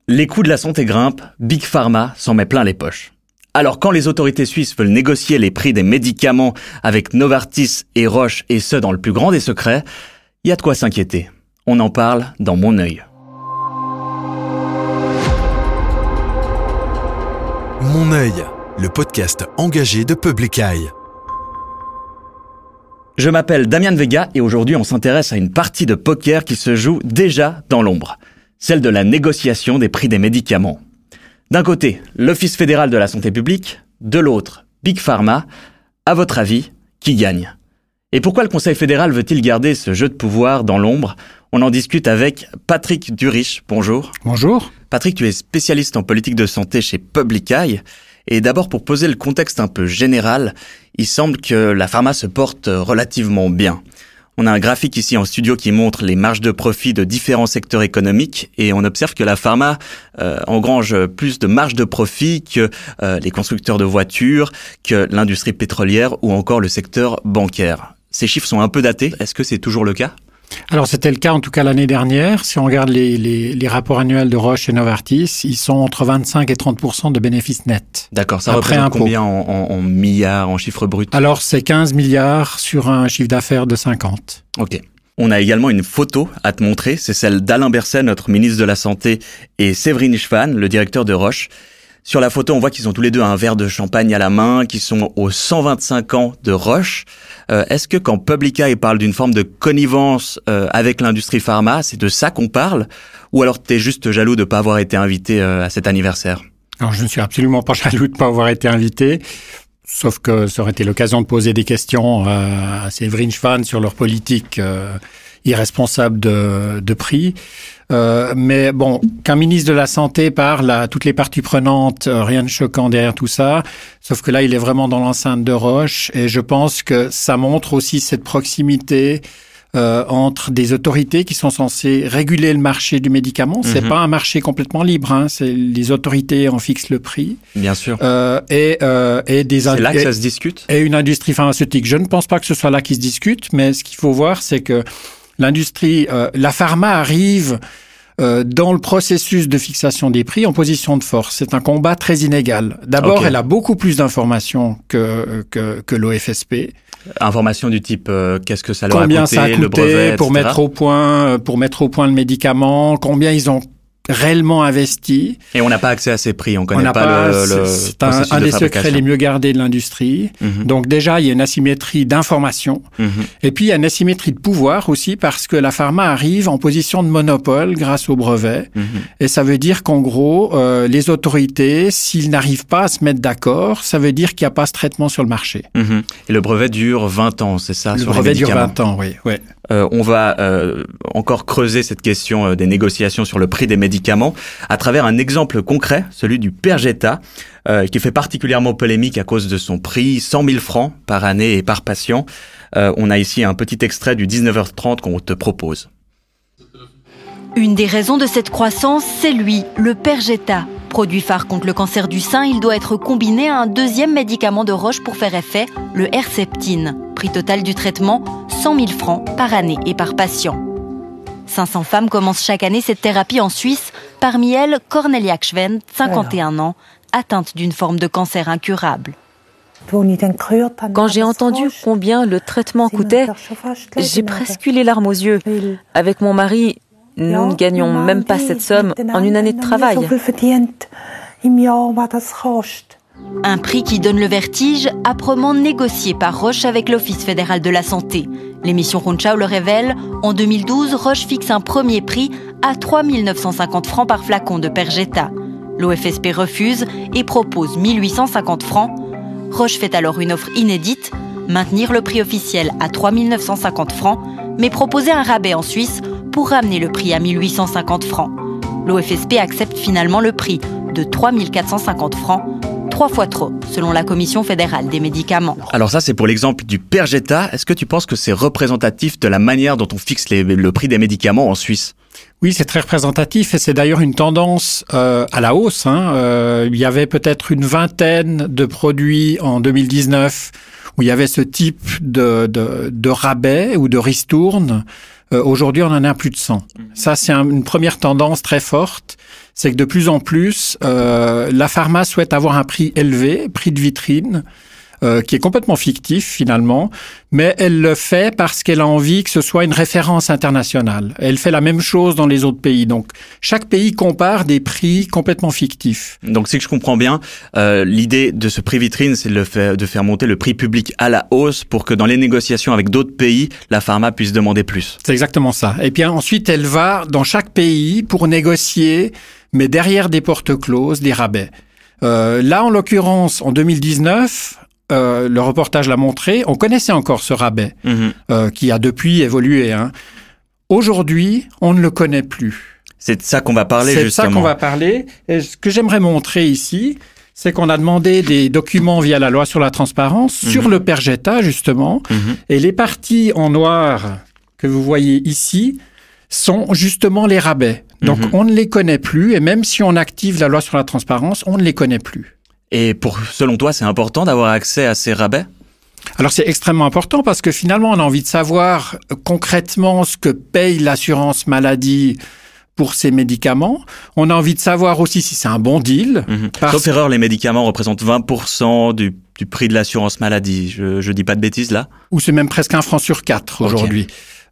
Les coûts de la santé grimpent, Big Pharma s'en met plein les poches. Alors quand les autorités suisses veulent négocier les prix des médicaments avec Novartis et Roche, et ce dans le plus grand des secrets, il y a de quoi s'inquiéter. On en parle dans Mon œil. Mon œil, le podcast engagé de Public Eye. Je m'appelle Damian Vega et aujourd'hui on s'intéresse à une partie de poker qui se joue déjà dans l'ombre. Celle de la négociation des prix des médicaments. D'un côté, l'Office fédéral de la santé publique, de l'autre, Big Pharma. À votre avis, qui gagne ? Et pourquoi le Conseil fédéral veut-il garder ce jeu de pouvoir dans l'ombre ? On en discute avec Patrick Durich. Bonjour. Bonjour. Patrick, tu es spécialiste en politique de santé chez Public Eye. Et d'abord, pour poser le contexte un peu général, il semble que la pharma se porte relativement bien. On a un graphique ici en studio qui montre les marges de profit de différents secteurs économiques et on observe que la pharma engrange plus de marges de profit que les constructeurs de voitures, que l'industrie pétrolière ou encore le secteur bancaire. Ces chiffres sont un peu datés. Est-ce que c'est toujours le cas ? Alors, c'était le cas en tout cas l'année dernière. Si on regarde les rapports annuels de Roche et Novartis, ils sont entre 25 et 30% de bénéfices nets. D'accord, ça représente combien en milliards, en chiffres bruts ? Alors, c'est 15 milliards sur un chiffre d'affaires de 50. Ok. On a également une photo à te montrer, c'est celle d'Alain Berset, notre ministre de la Santé, et Séverine Schwan, le directeur de Roche. Sur la photo, on voit qu'ils ont tous les deux un verre de champagne à la main, qu'ils sont aux 125 ans de Roche. Est-ce que quand Public Eye parle d'une forme de connivence avec l'industrie pharma, c'est de ça qu'on parle ? Ou alors t'es juste jaloux de ne pas avoir été invité à cet anniversaire ? Alors, je ne suis absolument pas jaloux de ne pas avoir été invité, sauf que ça aurait été l'occasion de poser des questions à Séverine Schwan sur leur politique irresponsable de prix. Mais bon, qu'un ministre de la Santé parle à toutes les parties prenantes, rien de choquant derrière tout ça. Sauf que là, il est vraiment dans l'enceinte de Roche. Et je pense que ça montre aussi cette proximité entre des autorités qui sont censées réguler le marché du médicament. C'est pas un marché complètement libre, hein. C'est les autorités en fixent le prix. Bien sûr. Et des c'est là que ça se discute. Et une industrie pharmaceutique. Je ne pense pas que ce soit là qui se discute, mais ce qu'il faut voir, c'est que l'industrie, la pharma arrive dans le processus de fixation des prix en position de force. C'est un combat très inégal. D'abord, elle a beaucoup plus d'informations que l'OFSP. Informations du type qu'est-ce que ça leur combien a coûté, ça a coûté le brevet, pour mettre au point le médicament, combien ils ont réellement investi. Et on n'a pas accès à ces prix, on connaît pas le c'est processus un de des fabrication. secrets les mieux gardés de l'industrie. Donc déjà, il y a une asymétrie d'information. Et puis, il y a une asymétrie de pouvoir aussi parce que la pharma arrive en position de monopole grâce au brevet. Et ça veut dire qu'en gros, les autorités, s'ils n'arrivent pas à se mettre d'accord, ça veut dire qu'il n'y a pas ce traitement sur le marché. Et le brevet dure 20 ans, c'est ça, le sur brevet les dure médicaments. 20 ans, oui. Ouais. On va encore creuser cette question des négociations sur le prix des médicaments à travers un exemple concret, celui du Perjeta, qui fait particulièrement polémique à cause de son prix, 100 000 francs par année et par patient. On a ici un petit extrait du 19h30 qu'on te propose. Une des raisons de cette croissance, c'est lui, le Perjeta. Produit phare contre le cancer du sein, il doit être combiné à un deuxième médicament de Roche pour faire effet, le Herceptine. Prix total du traitement, 100 000 francs par année et par patient. 500 femmes commencent chaque année cette thérapie en Suisse. Parmi elles, Cornelia Gschwend, 51 ans, atteinte d'une forme de cancer incurable. Quand j'ai entendu combien le traitement coûtait, j'ai presque eu les larmes aux yeux. Avec mon mari, nous ne gagnons même pas cette somme en une année de travail. Un prix qui donne le vertige, âprement négocié par Roche avec l'Office fédéral de la santé. L'émission Rundschau le révèle, en 2012, Roche fixe un premier prix à 3 950 francs par flacon de Perjeta. L'OFSP refuse et propose 1 850 francs. Roche fait alors une offre inédite, maintenir le prix officiel à 3 950 francs, mais proposer un rabais en Suisse pour ramener le prix à 1 850 francs. L'OFSP accepte finalement le prix de 3 450 francs, 3 fois trop, selon la Commission fédérale des médicaments. Alors ça, c'est pour l'exemple du Perjeta. Est-ce que tu penses que c'est représentatif de la manière dont on fixe le prix des médicaments en Suisse ? Oui, c'est très représentatif et c'est d'ailleurs une tendance à la hausse. Il y avait peut-être une vingtaine de produits en 2019 où il y avait ce type de rabais ou de ristourne. Aujourd'hui, on en a plus de 100. Ça, c'est une première tendance très forte. c'est que de plus en plus, la pharma souhaite avoir un prix élevé, prix de vitrine, qui est complètement fictif finalement, mais elle le fait parce qu'elle a envie que ce soit une référence internationale. Elle fait la même chose dans les autres pays. Donc, chaque pays compare des prix complètement fictifs. Donc, si je comprends bien, l'idée de ce prix vitrine, c'est de faire monter le prix public à la hausse pour que dans les négociations avec d'autres pays, la pharma puisse demander plus. C'est exactement ça. Et puis ensuite, elle va dans chaque pays pour négocier, mais derrière des portes closes, des rabais. Là, en l'occurrence, en 2019... le reportage l'a montré, on connaissait encore ce rabais qui a depuis évolué. Aujourd'hui, on ne le connaît plus. C'est de ça qu'on va parler, justement. C'est de ça qu'on va parler. Et ce que j'aimerais montrer ici, c'est qu'on a demandé des documents via la loi sur la transparence sur le Perjeta, justement. Et les parties en noir que vous voyez ici sont justement les rabais. Donc, on ne les connaît plus. Et même si on active la loi sur la transparence, on ne les connaît plus. Et selon toi, c'est important d'avoir accès à ces rabais ? Alors c'est extrêmement important parce que finalement on a envie de savoir concrètement ce que paye l'assurance maladie pour ces médicaments. On a envie de savoir aussi si c'est un bon deal. Sauf erreur, les médicaments représentent 20% du prix de l'assurance maladie. Je dis pas de bêtises là ? Ou c'est même presque 1 franc sur 4 aujourd'hui.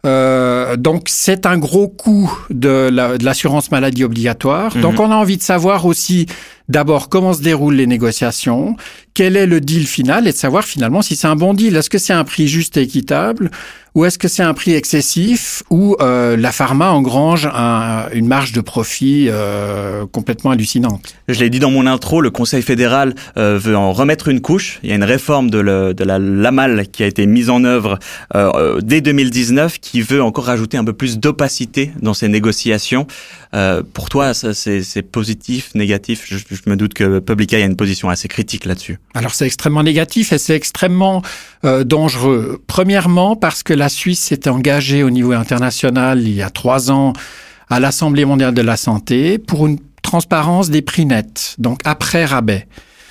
Donc c'est un gros coût de l'assurance maladie obligatoire. Donc on a envie de savoir aussi d'abord comment se déroulent les négociations, quel est le deal final et de savoir finalement si c'est un bon deal. Est-ce que c'est un prix juste et équitable ou est-ce que c'est un prix excessif où la pharma engrange une marge de profit complètement hallucinante. Je l'ai dit dans mon intro, le Conseil fédéral veut en remettre une couche. Il y a une réforme de la LAMAL qui a été mise en œuvre dès 2019 qui veut encore rajouter un peu plus d'opacité dans ces négociations. Pour toi, ça, c'est positif, négatif ? Je me doute que Publica a une position assez critique là-dessus. Alors c'est extrêmement négatif et c'est extrêmement dangereux. Premièrement parce que la Suisse s'était engagée au niveau international il y a 3 ans à l'Assemblée mondiale de la santé pour une transparence des prix nets, donc après rabais.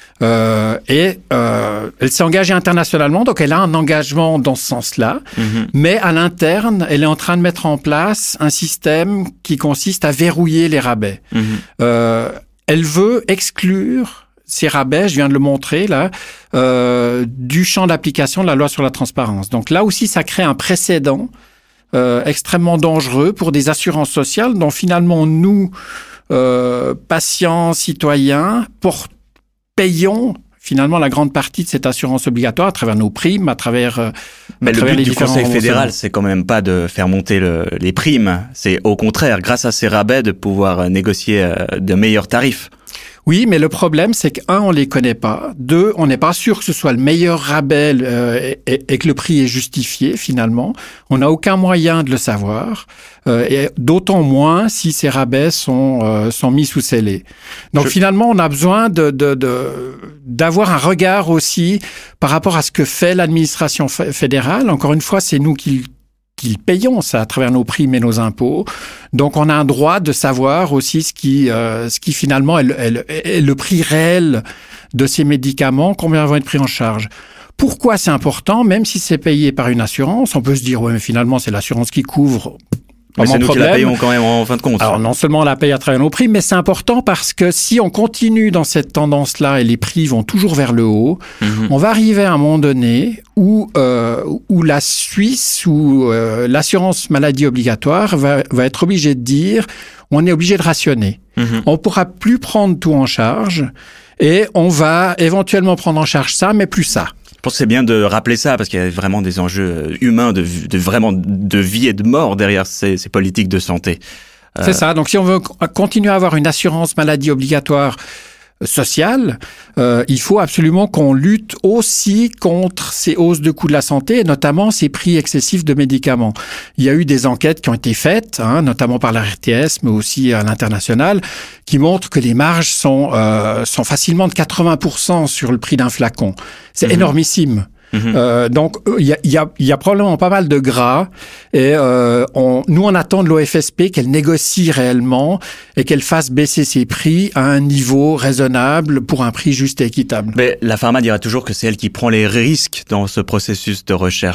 Elle s'est engagée internationalement, donc elle a un engagement dans ce sens-là. Mais à l'interne, elle est en train de mettre en place un système qui consiste à verrouiller les rabais. Elle veut exclure ces rabais, je viens de le montrer là, du champ d'application de la loi sur la transparence. Donc là aussi, ça crée un précédent extrêmement dangereux pour des assurances sociales dont finalement nous, patients, citoyens, payons finalement la grande partie de cette assurance obligatoire à travers nos primes, à travers mais le but les du Conseil fédéral, c'est quand même pas de faire monter les primes, c'est au contraire, grâce à ces rabais, de pouvoir négocier de meilleurs tarifs. Oui, mais le problème, c'est que, 1, on les connaît pas. 2, on n'est pas sûr que ce soit le meilleur rabais et que le prix est justifié, finalement. On n'a aucun moyen de le savoir. Et d'autant moins si ces rabais sont mis sous scellés. Donc, finalement, on a besoin d'avoir un regard aussi par rapport à ce que fait l'administration fédérale. Encore une fois, c'est nous qui payons ça à travers nos primes et nos impôts. Donc, on a un droit de savoir aussi ce qui finalement est le prix réel de ces médicaments, combien vont être pris en charge. Pourquoi c'est important, même si c'est payé par une assurance? On peut se dire, ouais, mais finalement, c'est l'assurance qui couvre. Mais c'est nous qui la payons quand même en fin de compte. Alors non seulement on la paye à travers nos prix, mais c'est important parce que si on continue dans cette tendance-là et les prix vont toujours vers le haut, on va arriver à un moment donné où la Suisse ou l'assurance maladie obligatoire va être obligée de dire on est obligé de rationner. On pourra plus prendre tout en charge et on va éventuellement prendre en charge ça, mais plus ça. Je pense que c'est bien de rappeler ça parce qu'il y a vraiment des enjeux humains de vie et de mort derrière ces politiques de santé. C'est ça. Donc, si on veut continuer à avoir une assurance maladie obligatoire sociale, il faut absolument qu'on lutte aussi contre ces hausses de coûts de la santé et notamment ces prix excessifs de médicaments. Il y a eu des enquêtes qui ont été faites, notamment par la RTS, mais aussi à l'international, qui montrent que les marges sont facilement de 80% sur le prix d'un flacon. C'est énormissime. Donc, il y a probablement pas mal de gras et nous, on attend de l'OFSP qu'elle négocie réellement et qu'elle fasse baisser ses prix à un niveau raisonnable pour un prix juste et équitable. Mais la pharma dira toujours que c'est elle qui prend les risques dans ce processus de recherche.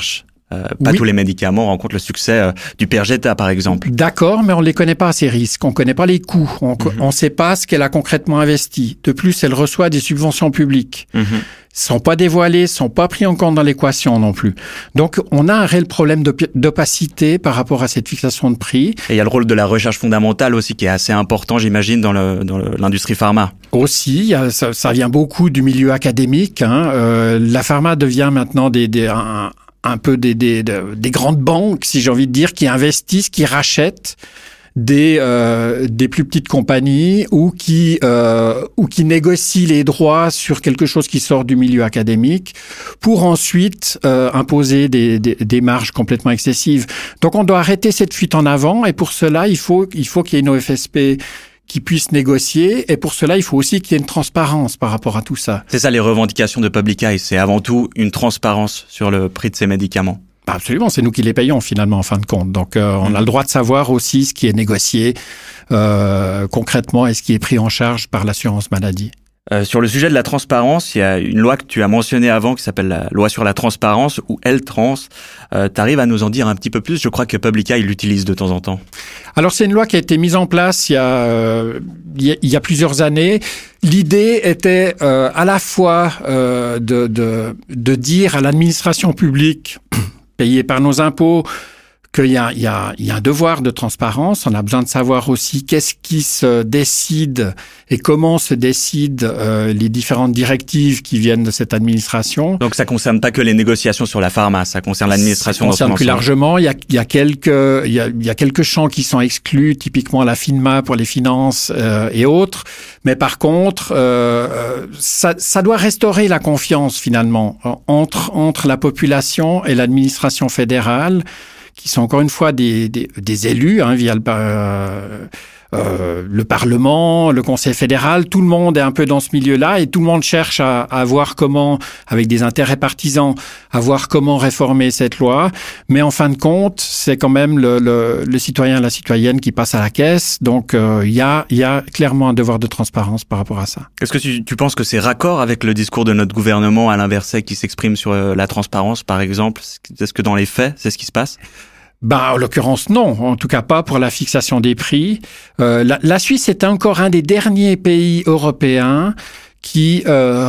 Pas tous les médicaments rencontrent le succès du Perjeta, par exemple. D'accord, mais on ne les connaît pas, ces risques. On ne connaît pas les coûts. On ne sait pas ce qu'elle a concrètement investi. De plus, elle reçoit des subventions publiques. Ils ne sont pas dévoilés, ne sont pas pris en compte dans l'équation non plus. Donc, on a un réel problème d'opacité par rapport à cette fixation de prix. Et il y a le rôle de la recherche fondamentale aussi qui est assez important, j'imagine, dans l'industrie pharma. Aussi, ça vient beaucoup du milieu académique. La pharma devient maintenant un peu des grandes banques, si j'ai envie de dire, qui investissent, qui rachètent des plus petites compagnies ou qui négocient les droits sur quelque chose qui sort du milieu académique pour ensuite imposer des marges complètement excessives. Donc on doit arrêter cette fuite en avant et pour cela il faut qu'il y ait une OFSP qui puisse négocier, et pour cela, il faut aussi qu'il y ait une transparence par rapport à tout ça. C'est ça les revendications de Public Eye, c'est avant tout une transparence sur le prix de ces médicaments. Absolument, c'est nous qui les payons finalement en fin de compte. Donc on a le droit de savoir aussi ce qui est négocié concrètement et ce qui est pris en charge par l'assurance maladie. Sur le sujet de la transparence, il y a une loi que tu as mentionnée avant qui s'appelle la loi sur la transparence ou L-Trans. T'arrives à nous en dire un petit peu plus? Je crois que Public Eye l'utilise de temps en temps. Alors c'est une loi qui a été mise en place il y a plusieurs années. L'idée était à la fois de dire à l'administration publique payée par nos impôts qu'il y a un devoir de transparence. On a besoin de savoir aussi qu'est-ce qui se décide et comment se décident les différentes directives qui viennent de cette administration. Donc ça concerne pas que les négociations sur la pharma, ça concerne l'administration dans son ensemble. Ça concerne plus largement. Il y a quelques champs qui sont exclus, typiquement la FINMA pour les finances et autres. Mais par contre, ça doit restaurer la confiance finalement entre la population et l'administration fédérale, qui sont encore une fois des élus via le Parlement, le Conseil fédéral. Tout le monde est un peu dans ce milieu-là et tout le monde cherche à voir comment, avec des intérêts partisans, à voir comment réformer cette loi. Mais en fin de compte, c'est quand même le citoyen et la citoyenne qui passe à la caisse. Donc, il y a clairement un devoir de transparence par rapport à ça. Est-ce que tu penses que c'est raccord avec le discours de notre gouvernement, Alain Berset, qui s'exprime sur la transparence, par exemple? Est-ce que dans les faits, c'est ce qui se passe? En l'occurrence, non. En tout cas, pas pour la fixation des prix. La Suisse est encore un des derniers pays européens qui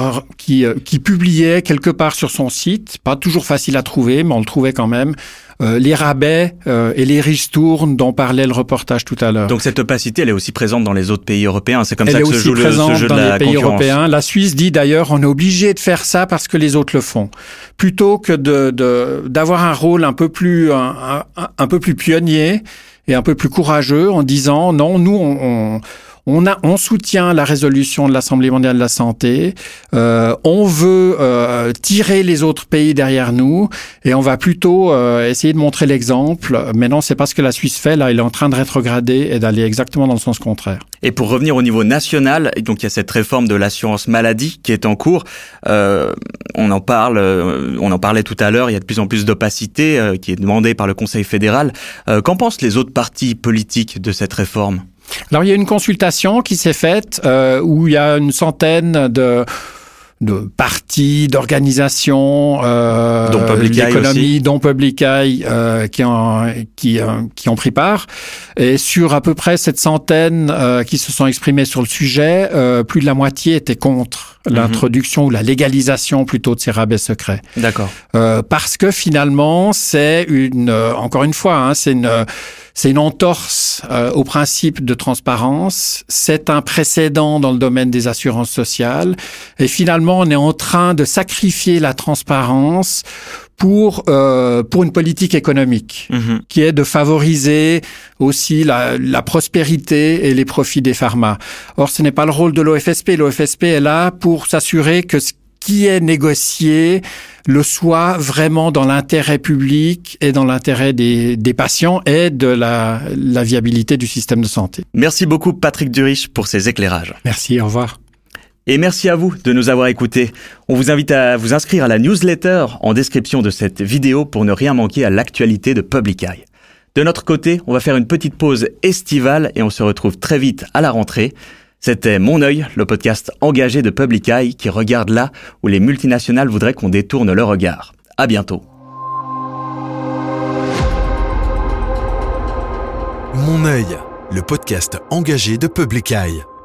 publiait quelque part sur son site, pas toujours facile à trouver, mais on le trouvait quand même, les rabais et les ristournes dont parlait le reportage tout à l'heure. Donc cette opacité, elle est aussi présente dans les autres pays européens. C'est comme ça que se joue ce jeu de la concurrence. Elle est aussi présente dans les pays européens. La Suisse dit d'ailleurs, on est obligé de faire ça parce que les autres le font, plutôt que d'avoir un rôle un peu plus pionnier et un peu plus courageux en disant non, nous on soutient la résolution de l'Assemblée mondiale de la santé. On veut tirer les autres pays derrière nous et on va plutôt essayer de montrer l'exemple. Mais non, c'est pas ce que la Suisse fait. Là, elle est en train de rétrograder et d'aller exactement dans le sens contraire. Et pour revenir au niveau national, donc il y a cette réforme de l'assurance maladie qui est en cours. On en parlait tout à l'heure. Il y a de plus en plus d'opacité qui est demandée par le Conseil fédéral. Qu'en pensent les autres partis politiques de cette réforme? Alors, il y a une consultation qui s'est faite où il y a une centaine de partis, d'organisations, d'économie, dont Public Eye, qui ont pris part. Et sur à peu près cette centaine qui se sont exprimés sur le sujet, plus de la moitié étaient contre l'introduction ou la légalisation plutôt de ces rabais secrets. D'accord. Parce que finalement, c'est encore une fois, c'est une entorse au principe de transparence. C'est un précédent dans le domaine des assurances sociales. Et finalement, on est en train de sacrifier la transparence pour une politique économique qui est de favoriser aussi la prospérité et les profits des pharma. Or, ce n'est pas le rôle de l'OFSP. L'OFSP est là pour s'assurer que ce qui est négocié le soit vraiment dans l'intérêt public et dans l'intérêt des patients et de la viabilité du système de santé. Merci beaucoup Patrick Durich pour ces éclairages. Merci, au revoir. Et merci à vous de nous avoir écoutés. On vous invite à vous inscrire à la newsletter en description de cette vidéo pour ne rien manquer à l'actualité de Public Eye. De notre côté, on va faire une petite pause estivale et on se retrouve très vite à la rentrée. C'était Mon œil, le podcast engagé de Public Eye qui regarde là où les multinationales voudraient qu'on détourne le regard. À bientôt. Mon œil, le podcast engagé de Public Eye.